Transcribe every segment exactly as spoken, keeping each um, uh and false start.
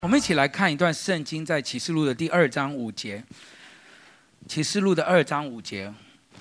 我们一起来看一段圣经，在启示录的第二章五节。启示录的二章五节，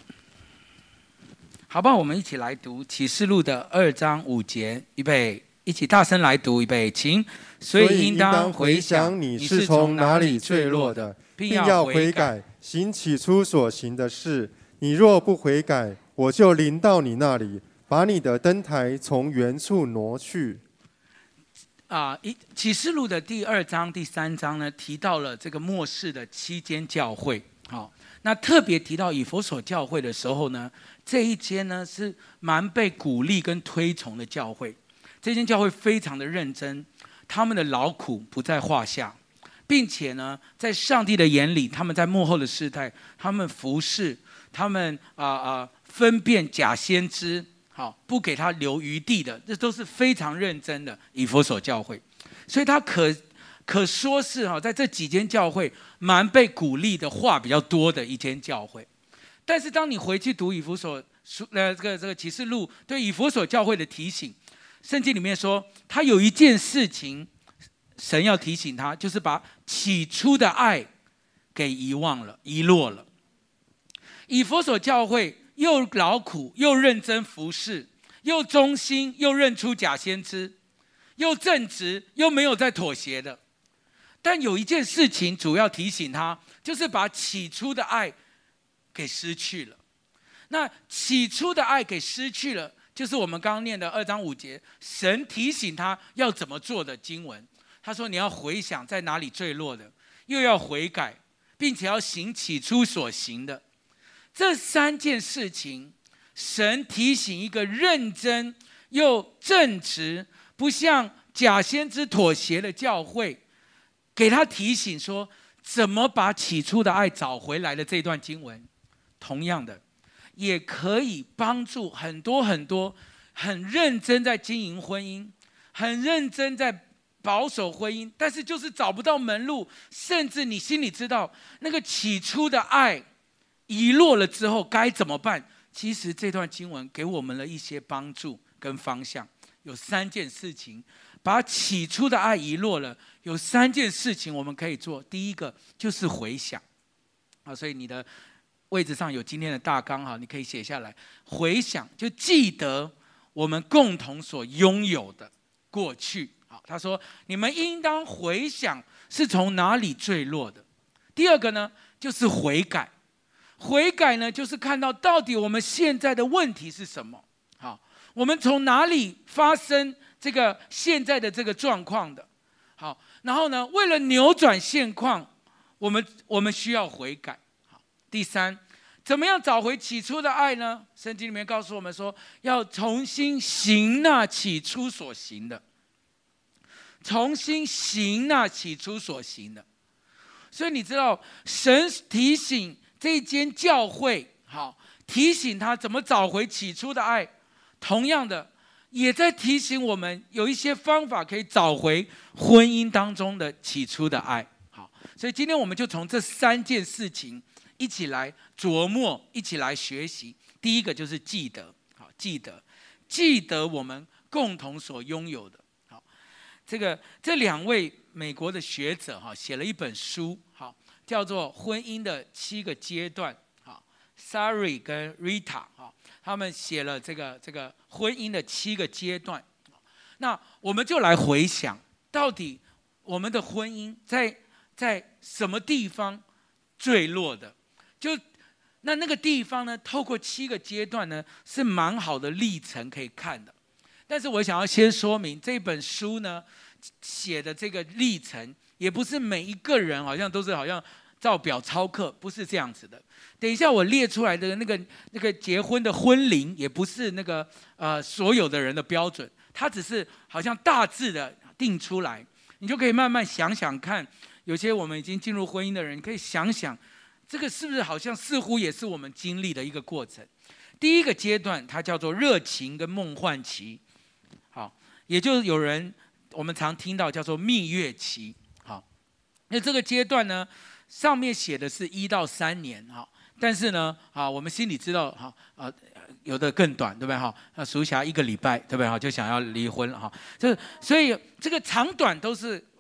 好不好？我们一起来读启示录的二章五节，预备，一起大声来读，预备，请。 所以应当回想你是从哪里坠落的，并要悔改，行起初所行的事。你若不悔改，我就临到你那里，把你的灯台从原处挪去。 啊，一启示录的第二章、第三章呢，提到了这个末世的七间教会。好，那特别提到以弗所教会的时候呢，这一间呢是蛮被鼓励跟推崇的教会。这间教会非常的认真，他们的劳苦不在话下，并且呢，在上帝的眼里，他们在末后的世代，他们服侍，他们啊啊、呃、分辨假先知。好，不给他留余地的，这都是非常认真的以弗所教会，所以他可可说是哈，在这几间教会蛮被鼓励的话比较多的一间教会。但是当你回去读以弗所书呃这个这个启示录对以弗所教会的提醒，圣经里面说，他有一件事情，神要提醒他，就是把起初的爱给遗忘了、遗落了。以弗所教会又劳苦又认真服侍，又忠心又认出假先知，又正直又没有在妥协的。但有一件事情主要提醒他，就是把起初的爱给失去了。那起初的爱给失去了，就是我们刚刚念的二章五节，神提醒他要怎么做的经文。他说，你要回想在哪里坠落的，又要悔改，并且要行起初所行的。这三件事情，神提醒一个认真又正直、不向假先知妥协的教会，给他提醒说，怎么把起初的爱找回来的这段经文，同样的，也可以帮助很多很多很认真在经营婚姻、很认真在保守婚姻，但是就是找不到门路，甚至你心里知道那个起初的爱遗落了之后该怎么办？其实这段经文给我们了一些帮助跟方向。有三件事情，把起初的爱遗落了，有三件事情我们可以做。第一个就是回想啊，所以你的位置上有今天的大纲哈，你可以写下来。回想就记得我们共同所拥有的过去。好，他说你们应当回想是从哪里坠落的。第二个呢，就是悔改。悔改呢，就是看到到底我们现在的问题是什么。好，我们从哪里发生这个现在的这个状况的。好，然后呢，为了扭转现况，我们我们需要悔改。好，第三，怎么样找回起初的爱呢？圣经里面告诉我们说，要重新行那起初所行的，重新行那起初所行的。所以你知道，神提醒这间教会，好，提醒他怎么找回起初的爱。同样的，也在提醒我们有一些方法可以找回婚姻当中的起初的爱。好，所以今天我们就从这三件事情一起来琢磨，一起来学习。第一个就是记得，好，记得，记得我们共同所拥有的。好，这个这两位美国的学者哈写了一本书，好，叫做《婚姻的七个阶段》。好 ，Sari 跟 Rita 哈，他们写了这个这个婚姻的七个阶段。那我们就来回想，到底我们的婚姻在在什么地方坠落的？就那那个地方呢，透过七个阶段呢，是蛮好的历程可以看的。但是我想要先说明，这本书呢写的这个历程，也不是每一个人好像都是好像照表操课，不是这样子的。等一下我列出来的那个那个结婚的婚龄，也不是那个呃所有的人的标准，它只是好像大致的定出来，你就可以慢慢想想看。有些我们已经进入婚姻的人，可以想想，这个是不是好像似乎也是我们经历的一个过程。第一个阶段，它叫做热情跟梦幻期，好，也就是有人我们常听到叫做蜜月期。好，那这个阶段呢，上面写的是一到三年，哈，但是呢，啊，我们心里知道，哈，啊，有的更短，对不对？哈，那苏霞一个礼拜，对不对？哈，就想要离婚了，哈，就是所以这个长短都是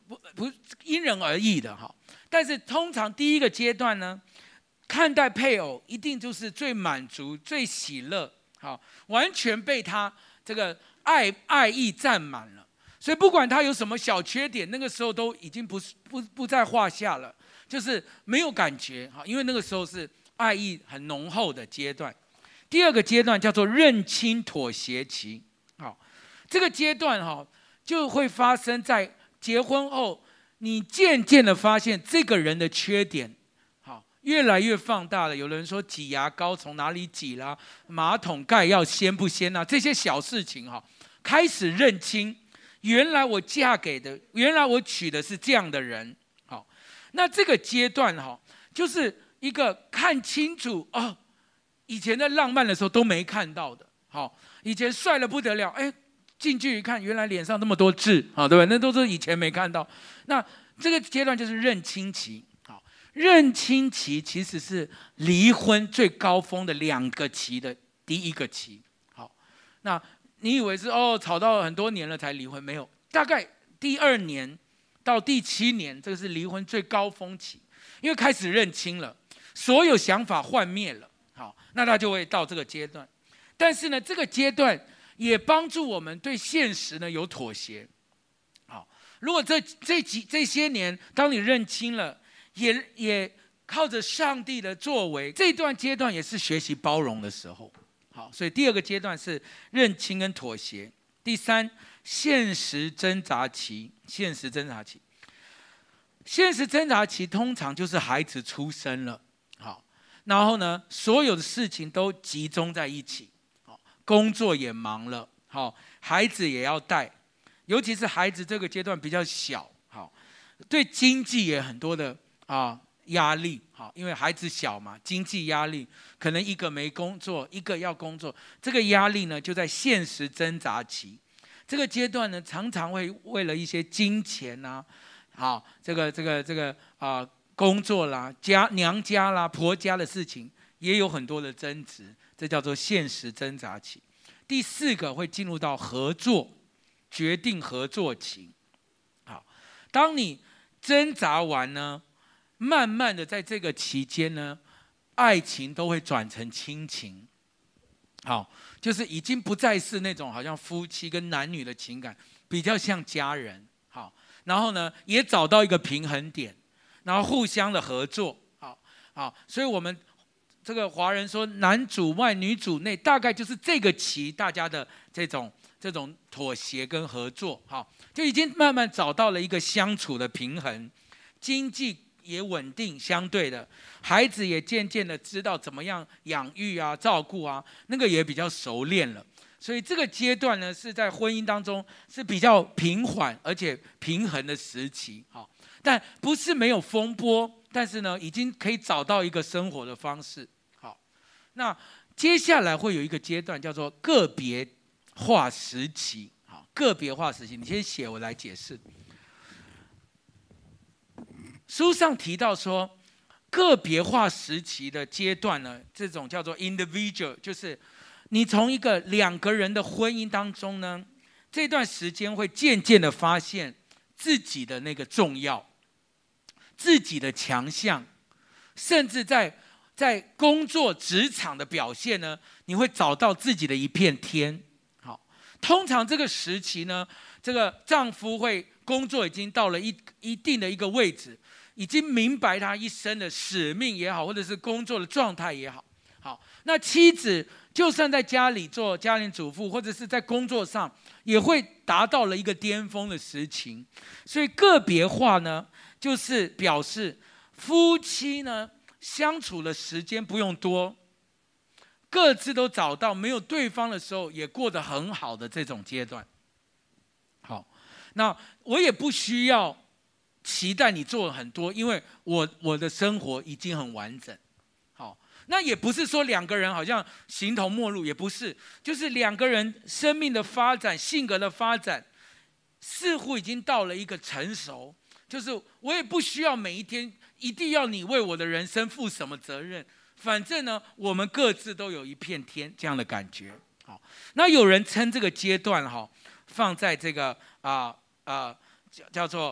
不不因人而异的哈。但是通常第一个阶段呢，看待配偶一定就是最满足、最喜乐，好，完全被他这个爱爱意占满了。所以不管他有什么小缺点，那个时候都已经不不不在话下了，就是没有感觉哈，因为那个时候是爱意很浓厚的阶段。第二个阶段叫做认清妥协期，好，这个阶段哈就会发生在结婚后，你渐渐的发现这个人的缺点，好，越来越放大了。有人说挤牙膏从哪里挤啦，马桶盖要掀不掀啊，这些小事情哈，开始认清。原来我嫁给的，原来我娶的是这样的人，好，那这个阶段哈，就是一个看清楚哦，以前在浪漫的时候都没看到的，好，以前帅得不得了，哎，近距离看，原来脸上那么多痣，好，对吧？那都是以前没看到。那这个阶段就是认清期，好，认清期其实是离婚最高峰的两个期的第一个期，好，那。你以为是哦，吵到很多年了才离婚？没有，大概第二年到第七年，这个是离婚最高峰期，因为开始认清了，所有想法幻灭了，好，那他就会到这个阶段。但是呢，这个阶段也帮助我们对现实呢有妥协。好，如果这这几这些年，当你认清了，也也靠着上帝的作为，这段阶段也是学习包容的时候。好，所以第二个阶段是认清跟妥协。第三，现实挣扎期。现实挣扎期，现实挣扎期通常就是孩子出生了，好，然后呢，所有的事情都集中在一起，好，工作也忙了，好，孩子也要带，尤其是孩子这个阶段比较小，好，对经济也很多的啊。压力，好，因为孩子小嘛，经济压力，可能一个没工作，一个要工作，这个压力呢就在现实挣扎期。这个阶段呢，常常会为了一些金钱啊，好，这个这个这个啊、呃，工作啦、家娘家啦、婆家的事情，也有很多的争执，这叫做现实挣扎期。第四个会进入到合作，决定合作期。好，当你挣扎完呢？慢慢的，在这个期间呢，爱情都会转成亲情，好，就是已经不再是那种好像夫妻跟男女的情感，比较像家人，好，然后呢，也找到一个平衡点，然后互相的合作，好，好，所以我们这个华人说男主外女主内，大概就是这个期大家的这种这种妥协跟合作，好，就已经慢慢找到了一个相处的平衡，经济也稳定，相对的，孩子也渐渐的知道怎么样养育啊、照顾啊，那个也比较熟练了。所以这个阶段呢，是在婚姻当中是比较平缓而且平衡的时期，好，但不是没有风波，但是呢，已经可以找到一个生活的方式。好，那接下来会有一个阶段叫做个别化时期，好，个别化时期，你先写，我来解释。书上提到说，个别化时期的阶段呢，这种叫做 individual， 就是你从一个两个人的婚姻当中呢，这段时间会渐渐的发现自己的那个重要，自己的强项，甚至在在工作职场的表现呢，你会找到自己的一片天。好，通常这个时期呢，这个丈夫会工作已经到了一一定的一个位置。已经明白他一生的使命也好，或者是工作的状态也好，好，那妻子就算在家里做家庭主妇，或者是在工作上，也会达到了一个巅峰的时期。所以个别化呢，就是表示夫妻呢相处的时间不用多，各自都找到没有对方的时候，也过得很好的这种阶段。好，那我也不需要期待你做很多，因为我我的生活已经很完整。好，那也不是说两个人好像形同陌路，也不是，就是两个人生命的发展、性格的发展，似乎已经到了一个成熟。就是我也不需要每一天一定要你为我的人生负什么责任，反正呢，我们各自都有一片天，这样的感觉。好，那有人称这个阶段哈，放在这个啊啊、呃呃、叫做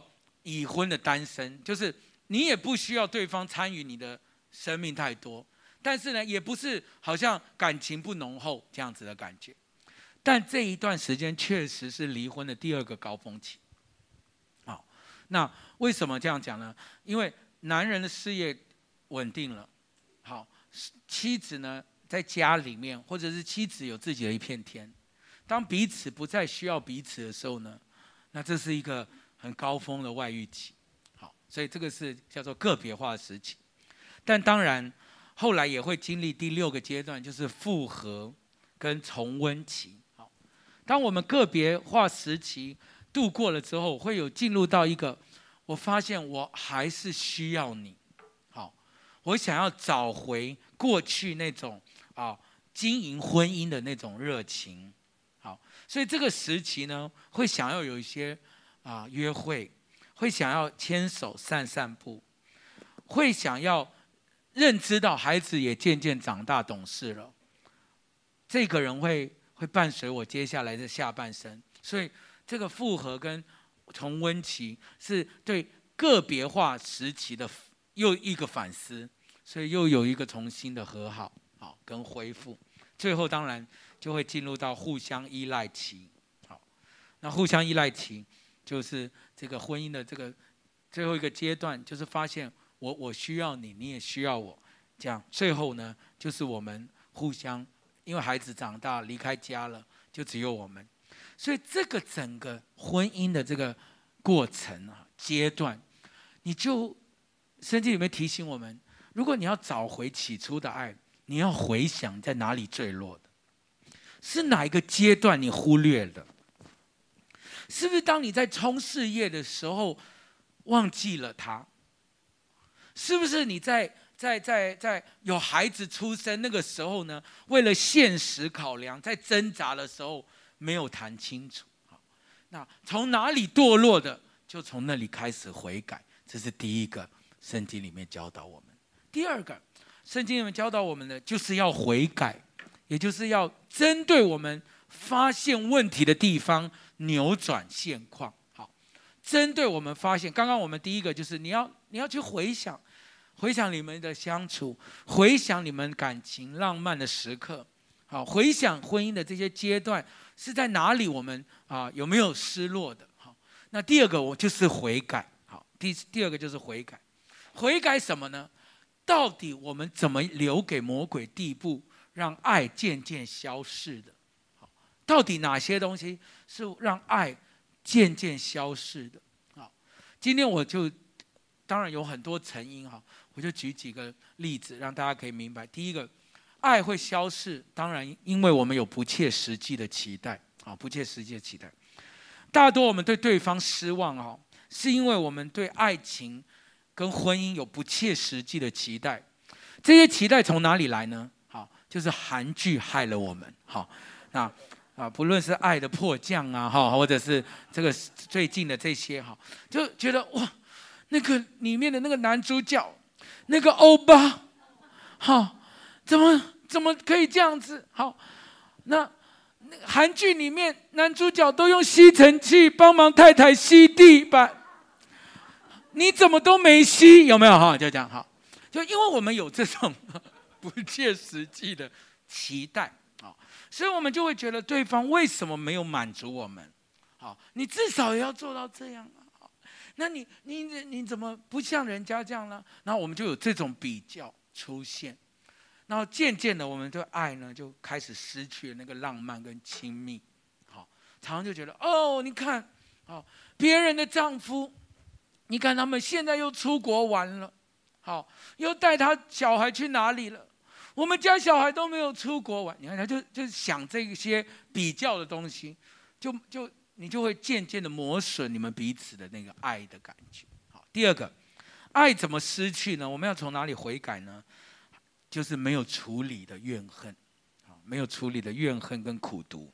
已婚的单身，就是你也不需要对方参与你的生命太多，但是呢，也不是好像感情不浓厚这样子的感觉。但这一段时间确实是离婚的第二个高峰期。好，那为什么这样讲呢？因为男人的事业稳定了，好，妻子呢在家里面，或者是妻子有自己的一片天。当彼此不再需要彼此的时候呢，那这是一个很高峰的外遇期。好，所以这个是叫做个别化的时期。但当然，后来也会经历第六个阶段，就是复合跟重温期。好，当我们个别化时期度过了之后，会有进入到一个，我发现我还是需要你。好，我想要找回过去那种啊经营婚姻的那种热情。好，所以这个时期呢，会想要有一些啊约会，会想要牵手散散步，会想要认知到孩子也渐渐长大懂事了，这个人会会伴随我接下来的下半生。所以这个复合跟重温期是对个别化时期的又一个反思，所以又有一个重新的和好，好跟恢复。最后当然就会进入到互相依赖期。好，那互相依赖期就是这个婚姻的这个最后一个阶段，就是发现我我需要你，你也需要我，这样最后呢，就是我们互相，因为孩子长大离开家了，就只有我们。所以这个整个婚姻的这个过程啊阶段，你就圣经里面提醒我们，如果你要找回起初的爱，你要回想在哪里坠落的，是哪一个阶段你忽略了？是不是当你在冲事业的时候忘记了他？是不是你在在在在有孩子出生那个时候呢？为了现实考量，在挣扎的时候没有谈清楚。好，那从哪里堕落的，就从那里开始悔改。这是第一个，圣经里面教导我们。第二个，圣经里面教导我们的就是要悔改，也就是要针对我们发现问题的地方扭转现况。好，针对我们发现，刚刚我们第一个就是你要你要去回想，回想你们的相处，回想你们感情浪漫的时刻，好，回想婚姻的这些阶段是在哪里，我们啊有没有失落的？好，那第二个我就是悔改。好，第第二个就是悔改，悔改什么呢？到底我们怎么留给魔鬼地步，让爱渐渐消逝的？好，到底哪些东西是让爱渐渐消逝的？好，今天我就当然有很多成因哈，我就举几个例子让大家可以明白。第一个，爱会消逝，当然因为我们有不切实际的期待啊，不切实际的期待。大多我们对对方失望哦，是因为我们对爱情跟婚姻有不切实际的期待。这些期待从哪里来呢？好，就是韩剧害了我们。好，那啊，不论是《爱的迫降》啊，哈，或者是这个最近的这些哈，就觉得哇，那个里面的那个男主角，那个欧巴，好，怎么怎么可以这样子？好，那韩剧里面男主角都用吸尘器帮忙太太吸地板。你怎么都没吸，有没有哈？就这样哈，就因为我们有这种不切实际的期待啊，所以我们就会觉得对方为什么没有满足我们？好，你至少也要做到这样啊。那你你你怎么不像人家这样呢？然后我们就有这种比较出现，然后渐渐的，我们对爱呢就开始失去了那个浪漫跟亲密。好，常常就觉得哦，你看，哦，别人的丈夫。你看他们现在又出国玩了，好，又带他小孩去哪里了？我们家小孩都没有出国玩。你看他就就想这些比较的东西，就就你就会渐渐的磨损你们彼此的那个爱的感觉。好，第二个，爱怎么失去呢？我们要从哪里悔改呢？就是没有处理的怨恨，好，没有处理的怨恨跟苦毒。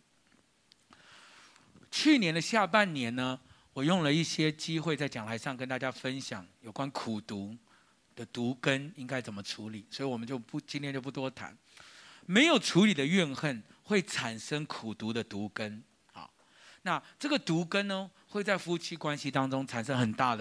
去年的下半年呢？我用了一些机会在讲台上跟大家分享有关苦毒的毒根应该怎么处理，所以我们就不今天就不多谈。没有处理的怨恨会产生苦毒的毒根，好，那这个毒根呢会在夫妻关系当中产生很大的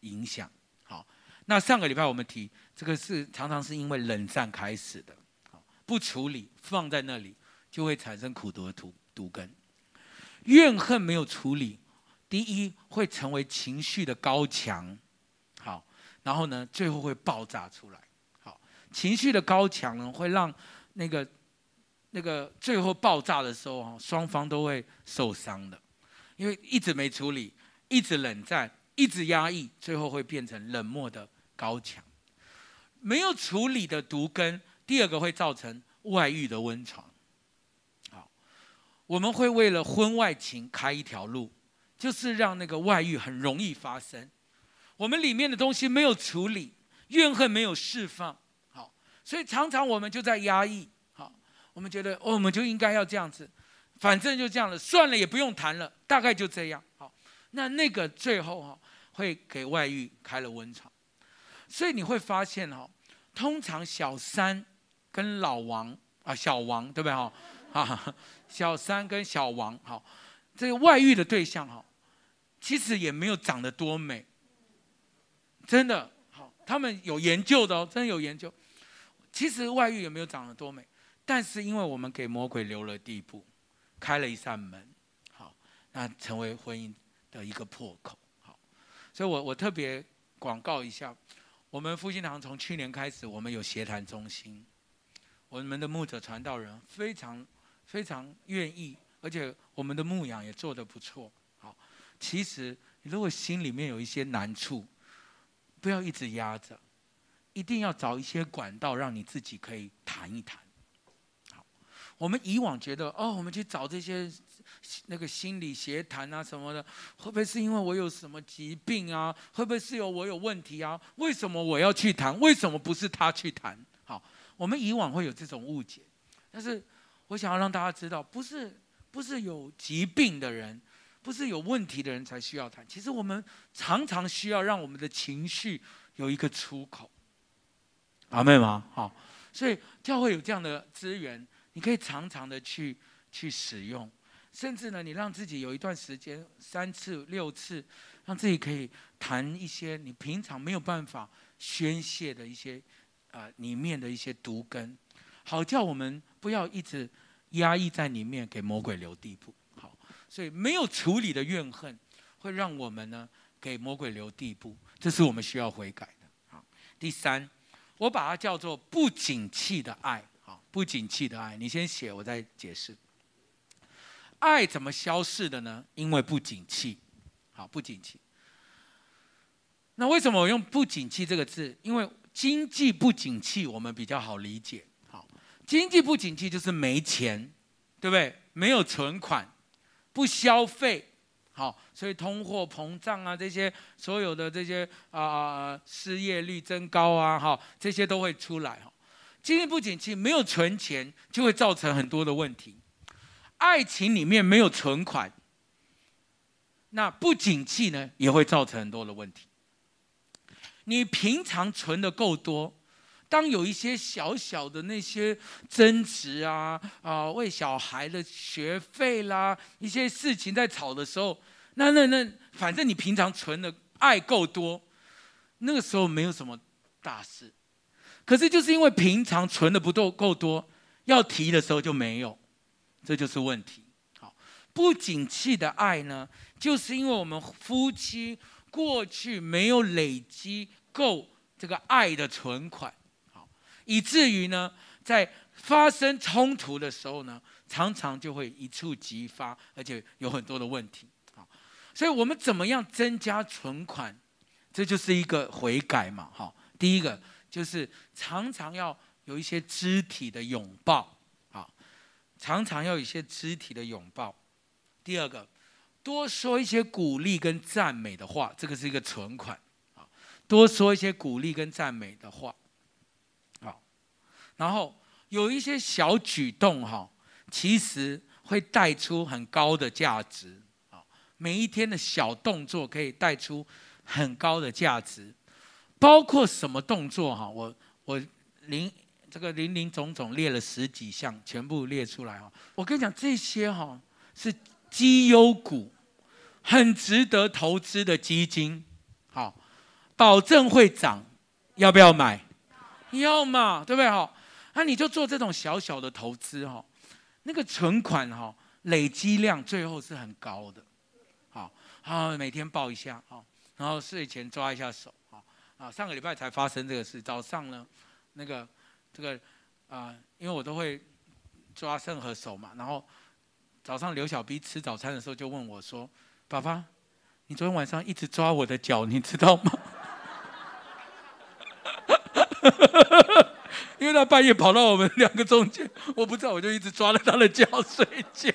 影响。好，那上个礼拜我们提这个是常常是因为冷战开始的，好，不处理放在那里就会产生苦毒的毒毒根。怨恨没有处理，第一会成为情绪的高墙，好，然后呢最后会爆炸出来。好，情绪的高墙呢会让那个那个最后爆炸的时候，双方都会受伤的，因为一直没处理，一直冷战，一直压抑，最后会变成冷漠的高墙。没有处理的毒根，第二个会造成外遇的温床。好，我们会为了婚外情开一条路，就是让那个外遇很容易发生。我们里面的东西没有处理，怨恨没有释放，好，所以常常我们就在压抑。好，我们觉得哦，我们就应该要这样子，反正就这样了，算了，也不用谈了，大概就这样。好，那那个最后哈会给外遇开了温床。所以你会发现哈，通常小三跟老王啊，小王对不对哈？啊，小三跟小王好，这个外遇的对象哈，其实也没有长得多美，真的好，他们有研究的哦，真的有研究。其实外遇也没有长得多美，但是因为我们给魔鬼留了地步，开了一扇门，好，那成为婚姻的一个破口。好，所以我我特别广告一下。我们复兴堂从去年开始，我们有协谈中心，我们的牧者传道人非常非常愿意，而且我们的牧养也做得不错。好，其实如果心里面有一些难处，不要一直压着，一定要找一些管道，让你自己可以谈一谈。好，我们以往觉得哦，我们去找这些那个心理协谈啊什么的，会不会是因为我有什么疾病啊？会不会是有我有问题啊？为什么我要去谈？为什么不是他去谈？好，我们以往会有这种误解，但是我想要让大家知道，不是不是有疾病的人，不是有问题的人才需要谈。其实我们常常需要让我们的情绪有一个出口。阿们吗？好，所以教会有这样的资源，你可以常常的去去使用。甚至呢，你让自己有一段时间，三次、六次，让自己可以谈一些你平常没有办法宣泄的一些，呃，里面的一些毒根，好叫我们不要一直压抑在里面，给魔鬼留地步。好，所以没有处理的怨恨，会让我们呢给魔鬼留地步，这是我们需要悔改的。好，第三，我把它叫做不景气的爱。好，不景气的爱，你先写，我再解释。爱怎么消逝的呢？因为不景气。好，不景气。那为什么我用不景气这个字？因为经济不景气我们比较好理解。好，经济不景气就是没钱，对不对？没有存款，不消费。好，所以通货膨胀啊，这些所有的这些啊、呃、失业率增高啊，哈，这些都会出来。哈，经济不景气，没有存钱，就会造成很多的问题。爱情里面没有存款，那不景气呢，也会造成很多的问题。你平常存的够多，当有一些小小的那些争执啊啊、呃，为小孩的学费啦，一些事情在吵的时候，那那那，反正你平常存的爱够多，那个时候没有什么大事。可是就是因为平常存的不够够多，要提的时候就没有。这就是问题。好，不景气的爱呢，就是因为我们夫妻过去没有累积够这个爱的存款，好，以至于呢，在发生冲突的时候呢，常常就会一触即发，而且有很多的问题。好，所以我们怎么样增加存款？这就是一个悔改嘛。好，第一个就是常常要有一些肢体的拥抱。常常要有一些肢体的拥抱。第二个，多说一些鼓励跟赞美的话，这个是一个存款。多说一些鼓励跟赞美的话。好，然后有一些小举动哈，其实会带出很高的价值。每一天的小动作可以带出很高的价值，包括什么动作哈？我我零。这个林林总总列了十几项，全部列出来哈。我跟你讲，这些哈是绩优股，很值得投资的基金。好， 保证会涨，要不要买？要嘛，对不对？哈，那你就做这种小小的投资哈，那个存款哈累积量最后是很高的。好，好，每天报一下，好，然后睡前抓一下手，好，啊，上个礼拜才发生这个事，早上呢，那个这个啊、呃，因为我都会抓任何手嘛，然后早上刘小 B 吃早餐的时候就问我说：“爸爸，你昨天晚上一直抓我的脚，你知道吗？”因为他半夜跑到我们两个中间，我不知道，我就一直抓着他的脚睡觉。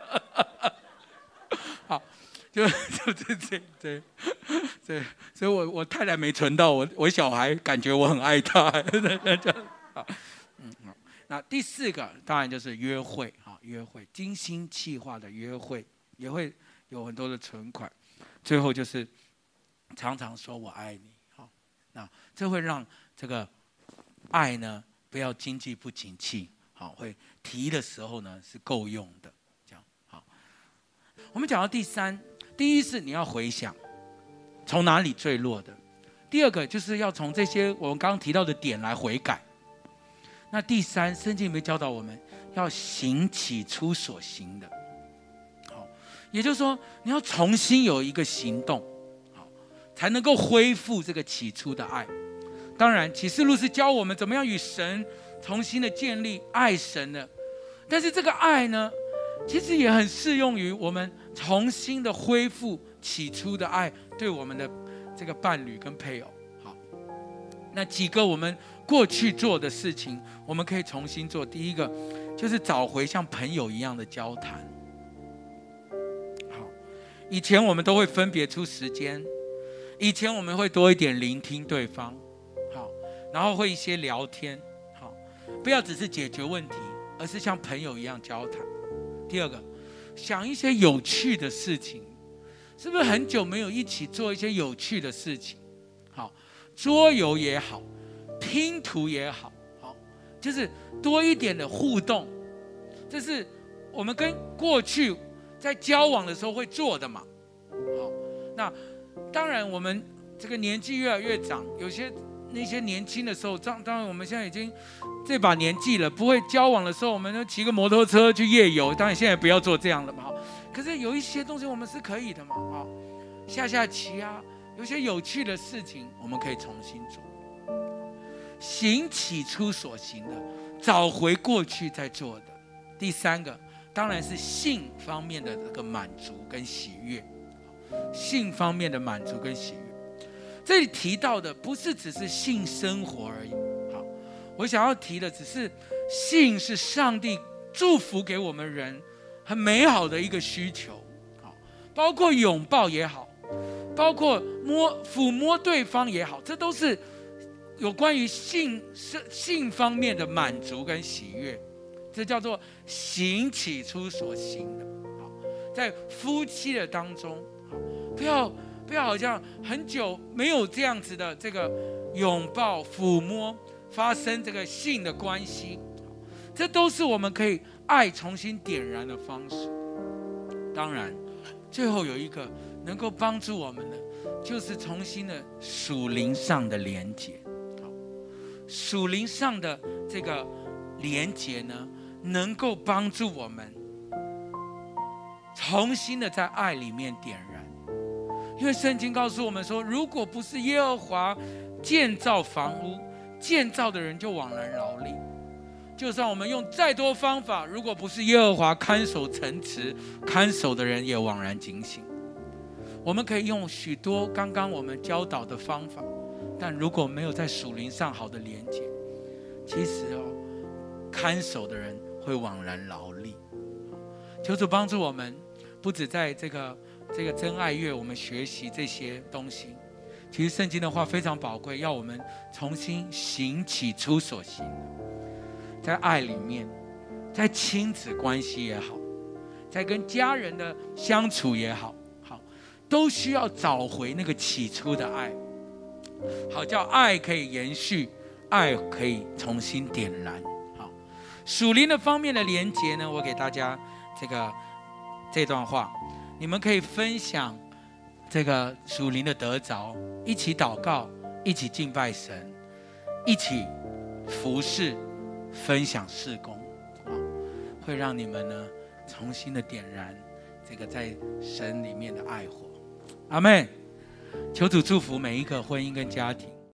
好，就就这这这这，所以我我太太没存到，我我小孩感觉我很爱他。好，嗯好，那第四个当然就是约会啊，约会精心计划的约会也会有很多的存款，最后就是常常说我爱你。好，那这会让这个爱呢，不要经济不景气，好，会提的时候呢是够用的，这样好。我们讲到第三，第一是你要回想从哪里坠落的，第二个就是要从这些我们刚刚提到的点来悔改。那第三，圣经里面教导我们要行起初所行的，好，也就是说你要重新有一个行动，好，才能够恢复这个起初的爱。当然，启示录是教我们怎么样与神重新的建立爱神的，但是这个爱呢，其实也很适用于我们重新的恢复起初的爱，对我们的这个伴侣跟配偶。好，那几个我们过去做的事情，我们可以重新做。第一个就是找回像朋友一样的交谈。好，以前我们都会分别出时间，以前我们会多一点聆听对方。然后会一些聊天，好，不要只是解决问题，而是像朋友一样交谈。第二个，想一些有趣的事情，是不是很久没有一起做一些有趣的事情？好，桌游也好，拼图也好，好，就是多一点的互动，这是我们跟过去在交往的时候会做的嘛。好，那当然我们这个年纪越来越长，有些。那些年轻的时候，当当然我们现在已经这把年纪了，不会交往的时候，我们就骑个摩托车去夜游。当然现在不要做这样了嘛。可是有一些东西我们是可以的嘛，啊，下下棋啊，有些有趣的事情我们可以重新做。行起初所行的，找回过去在做的。第三个当然是性方面的这个满足跟喜悦，性方面的满足跟喜悦。这里提到的不是只是性生活而已，好，我想要提的只是性是上帝祝福给我们人很美好的一个需求，好，包括拥抱也好，包括摸抚摸对方也好，这都是有关于性性方面的满足跟喜悦，这叫做行起初所行的，好，在夫妻的当中，好，不要。不要好像很久没有这样子的这个拥抱、抚摸，发生这个性的关系，这都是我们可以爱重新点燃的方式。当然，最后有一个能够帮助我们的，就是重新的属灵上的连结。属灵上的这个连结呢，能够帮助我们重新的在爱里面点燃。因为圣经告诉我们说，如果不是耶和华建造房屋，建造的人就枉然劳力。就算我们用再多方法，如果不是耶和华看守城池，看守的人也枉然警醒。我们可以用许多刚刚我们教导的方法，但如果没有在属灵上好的连结，其实哦，看守的人会枉然劳力。求主帮助我们，不止在这个这个真爱月，我们学习这些东西。其实圣经的话非常宝贵，要我们重新行起初所行的，在爱里面，在亲子关系也好，在跟家人的相处也好，好，都需要找回那个起初的爱，好叫爱可以延续，爱可以重新点燃。好，属灵的方面的连结呢，我给大家这个这段话，你们可以分享这个属灵的得着，一起祷告，一起敬拜神，一起服侍分享事工，会让你们呢重新的点燃这个在神里面的爱火。阿们。求主祝福每一个婚姻跟家庭。